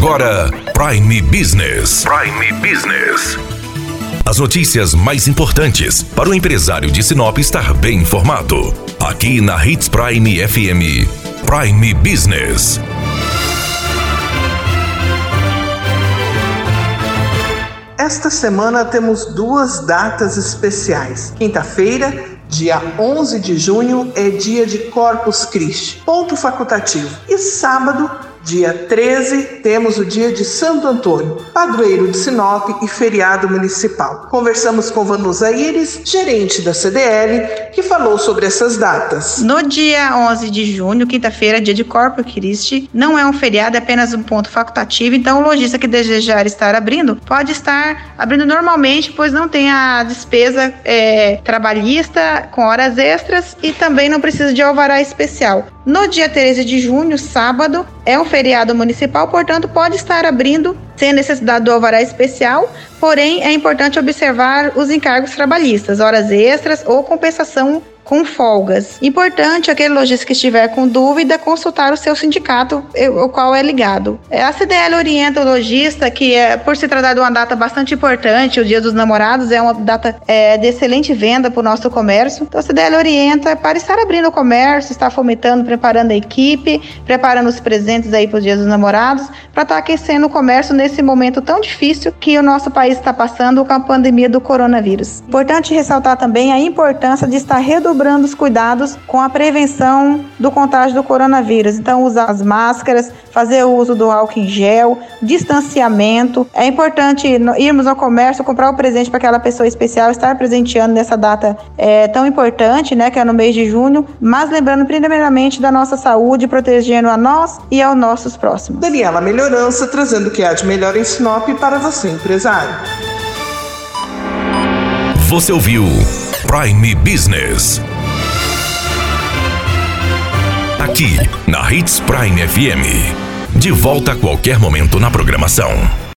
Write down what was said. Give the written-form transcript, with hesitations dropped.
agora, Prime Business. Prime Business. As notícias mais importantes para o empresário de Sinop estar bem informado. Aqui na Hits Prime FM. Prime Business. Esta semana temos duas datas especiais. Quinta-feira, dia 11 de junho, é dia de Corpus Christi, ponto facultativo. E sábado, dia 13, temos o dia de Santo Antônio, padroeiro de Sinop e feriado municipal. Conversamos com Vanusa Iris, gerente da CDL, que falou sobre essas datas. No dia 11 de junho, quinta-feira, dia de Corpus Christi, não é um feriado, é apenas um ponto facultativo, então o lojista que desejar estar abrindo, pode estar abrindo normalmente, pois não tem a despesa trabalhista com horas extras e também não precisa de alvará especial. No dia 13 de junho, sábado, é um feriado municipal, portanto, pode estar abrindo sem necessidade do alvará especial, porém, é importante observar os encargos trabalhistas, horas extras ou compensação com folgas. Importante aquele lojista que estiver com dúvida consultar o seu sindicato, o qual é ligado. A CDL orienta o lojista que, por se tratar de uma data bastante importante, o Dia dos Namorados é uma data de excelente venda para o nosso comércio. Então a CDL orienta para estar abrindo o comércio, estar fomentando, preparando a equipe, preparando os presentes aí para o Dia dos Namorados, para estar aquecendo o comércio nesse momento tão difícil que o nosso país está passando com a pandemia do coronavírus. Importante ressaltar também a importância de estar redobrando os cuidados com a prevenção do contágio do coronavírus. Então, usar as máscaras, fazer o uso do álcool em gel, distanciamento. É importante irmos ao comércio, comprar o presente para aquela pessoa especial, estar presenteando nessa data tão importante, né, que é no mês de junho, mas lembrando primeiramente da nossa saúde, protegendo a nós e aos nossos próximos. Daniela Melhorança, trazendo o que há de melhor em Sinop para você, empresário. Você ouviu Prime Business. Aqui na Hits Prime FM. De volta a qualquer momento na programação.